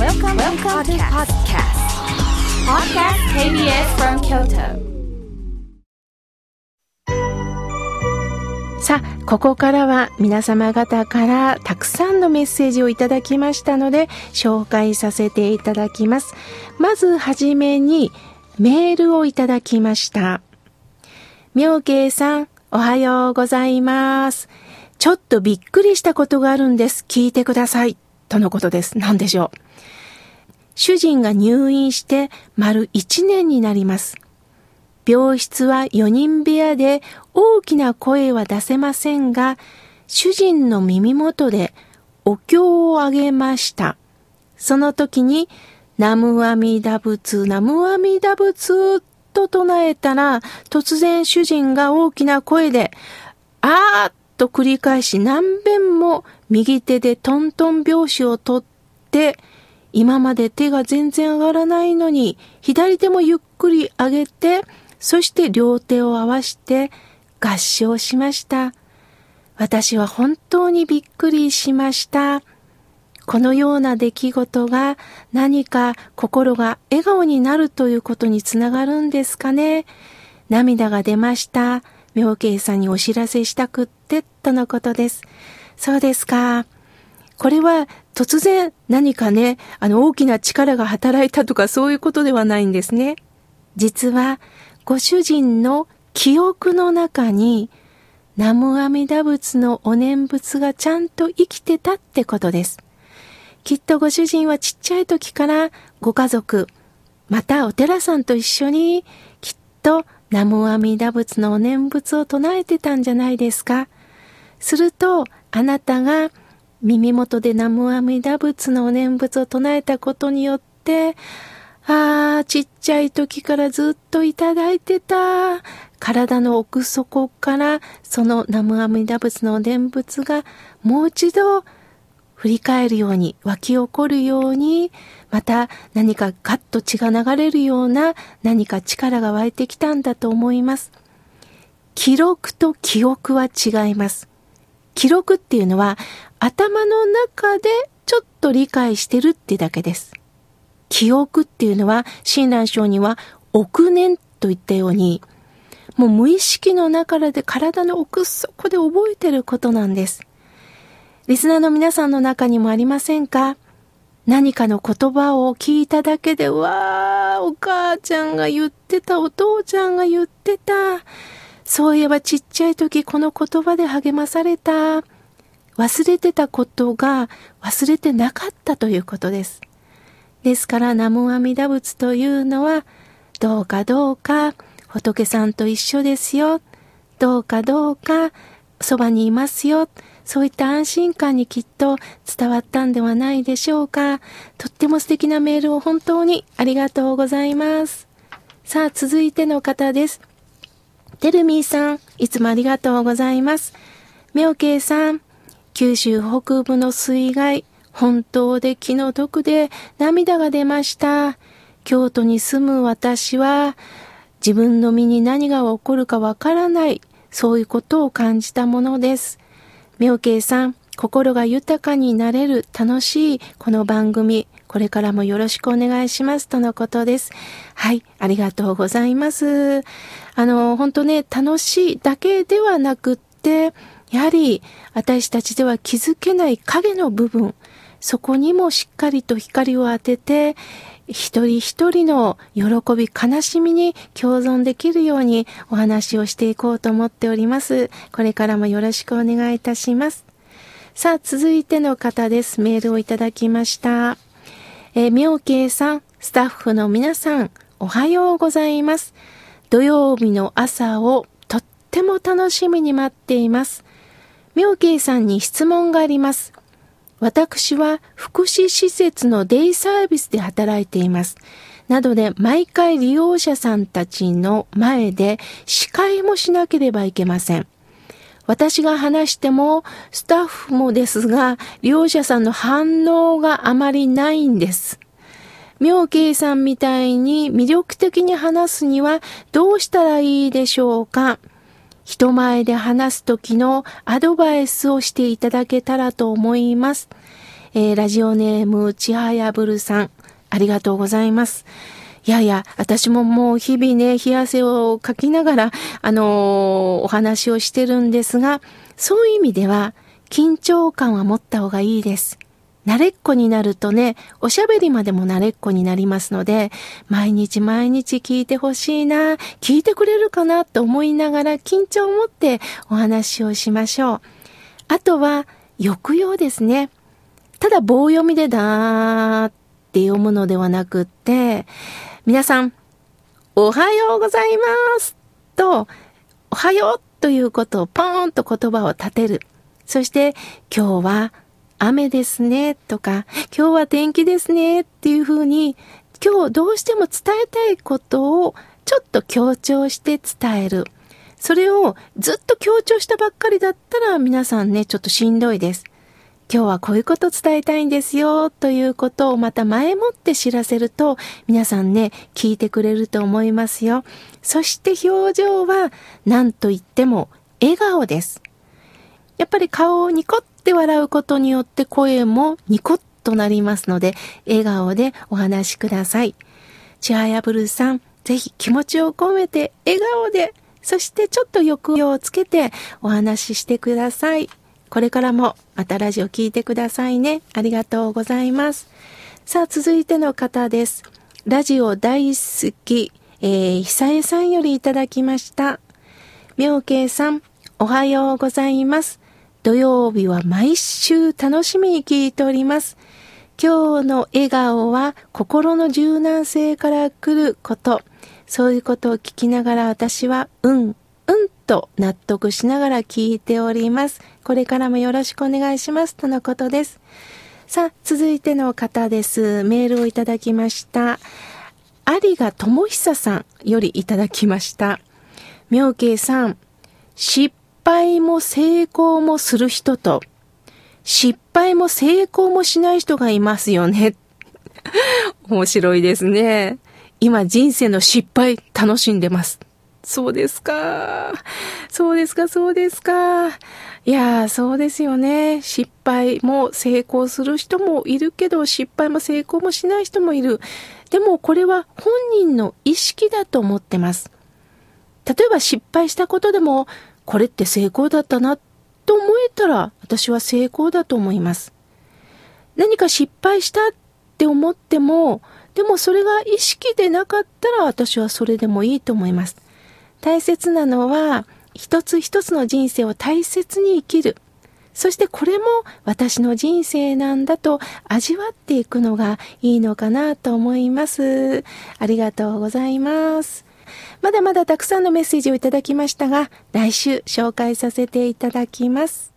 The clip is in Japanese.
Welcome to podcast. Podcast KBS from Kyoto. さあ、ここからは皆様方からたくさんのメッセージをいただきましたので紹介させていただきます。まずはじめにメールをいただきました。妙慶さん、おはようございます。ちょっとびっくりしたことがあるんです。聞いてください。とのことです。何でしょう。主人が入院して丸1年になります。病室は4人部屋で大きな声は出せませんが、主人の耳元でお経をあげました。その時に、ナムアミダ仏、ナムアミダ仏と唱えたら、突然主人が大きな声で、あーっと繰り返し何遍も右手でトントン拍子を取って、今まで手が全然上がらないのに、左手もゆっくり上げて、そして両手を合わして合掌しました。私は本当にびっくりしました。このような出来事が何か心が笑顔になるということにつながるんですかね。涙が出ました。妙慶さんにお知らせしたくってとのことです。そうですか。これは突然何かね、大きな力が働いたとかそういうことではないんですね。実はご主人の記憶の中に南無阿弥陀仏のお念仏がちゃんと生きてたってことです。きっとご主人はちっちゃい時からご家族、またお寺さんと一緒にきっと南無阿弥陀仏のお念仏を唱えてたんじゃないですか。するとあなたが耳元で南無阿弥陀仏のお念仏を唱えたことによって、ちっちゃい時からずっといただいてた。体の奥底からその南無阿弥陀仏のお念仏がもう一度振り返るように、湧き起こるように、また何かガッと血が流れるような何か力が湧いてきたんだと思います。記録と記憶は違います。記録っていうのは頭の中でちょっと理解してるってだけです。記憶っていうのは親鸞聖人は憶念といったようにもう無意識の中で体の奥底で覚えてることなんです。リスナーの皆さんの中にもありませんか？何かの言葉を聞いただけで、わー、お母ちゃんが言ってた、お父ちゃんが言ってた。そういえばちっちゃい時この言葉で励まされた。忘れてたことが忘れてなかったということです。ですから南無阿弥陀仏というのはどうか仏さんと一緒ですよ。どうかそばにいますよ。そういった安心感にきっと伝わったんではないでしょうか。とっても素敵なメールを本当にありがとうございます。さあ続いての方です。テルミーさん、いつもありがとうございます。妙慶さん、九州北部の水害、本当で気の毒で涙が出ました。京都に住む私は自分の身に何が起こるかわからない、そういうことを感じたものです。妙慶さん、心が豊かになれる楽しいこの番組、これからもよろしくお願いしますとのことです。はい、ありがとうございます。本当ね、楽しいだけではなくって、やはり私たちでは気づけない影の部分、そこにもしっかりと光を当てて、一人一人の喜び、悲しみに共存できるようにお話をしていこうと思っております。これからもよろしくお願いいたします。さあ、続いての方です。メールをいただきました。妙慶さん、スタッフの皆さん、おはようございます。土曜日の朝をとっても楽しみに待っています。妙慶さんに質問があります。私は福祉施設のデイサービスで働いています。などで毎回利用者さんたちの前で司会もしなければいけません。私が話してもスタッフもですが、利用者さんの反応があまりないんです。妙慶さんみたいに魅力的に話すにはどうしたらいいでしょうか。人前で話す時のアドバイスをしていただけたらと思います。 ラジオネームちはやぶるさん、ありがとうございます。いやいや、私ももう日々ね、冷や汗をかきながら、お話をしてるんですが、そういう意味では、緊張感は持った方がいいです。慣れっこになるとね、おしゃべりまでも慣れっこになりますので、毎日毎日聞いてほしいな、聞いてくれるかなと思いながら緊張を持ってお話をしましょう。あとは、抑揚ですね。ただ棒読みでだーって読むのではなくって、皆さん、おはようございますと、おはようということをポーンと言葉を立てる。そして、今日は雨ですねとか、今日は天気ですねっていうふうに、今日どうしても伝えたいことをちょっと強調して伝える。それをずっと強調したばっかりだったら皆さんね、ちょっとしんどいです。今日はこういうこと伝えたいんですよということをまた前もって知らせると皆さんね、聞いてくれると思いますよ。そして表情は何と言っても笑顔です。やっぱり顔をニコって笑うことによって声もニコッとなりますので、笑顔でお話しください。ちはやぶるさん、ぜひ気持ちを込めて笑顔で、そしてちょっと抑揚をつけてお話ししてください。これからもまたラジオ聞いてくださいね。ありがとうございます。さあ、続いての方です。ラジオ大好き、久江さんよりいただきました。妙慶さん、おはようございます。土曜日は毎週楽しみに聞いております。今日の笑顔は心の柔軟性から来ること。そういうことを聞きながら私はと納得しながら聞いております。これからもよろしくお願いしますとのことです。さあ、続いての方です。メールをいただきました。有賀智久さんよりいただきました。妙慶さん、失敗も成功もする人と、失敗も成功もしない人がいますよね。面白いですね。今人生の失敗楽しんでます。そうですか。そうですか、そうですか。いやー、そうですよね。失敗も成功する人もいるけど、失敗も成功もしない人もいる。でもこれは本人の意識だと思ってます。例えば失敗したことでも、これって成功だったなと思えたら、私は成功だと思います。何か失敗したって思っても、でもそれが意識でなかったら、私はそれでもいいと思います。大切なのは、一つ一つの人生を大切に生きる。そしてこれも私の人生なんだと味わっていくのがいいのかなと思います。ありがとうございます。まだまだたくさんのメッセージをいただきましたが、来週紹介させていただきます。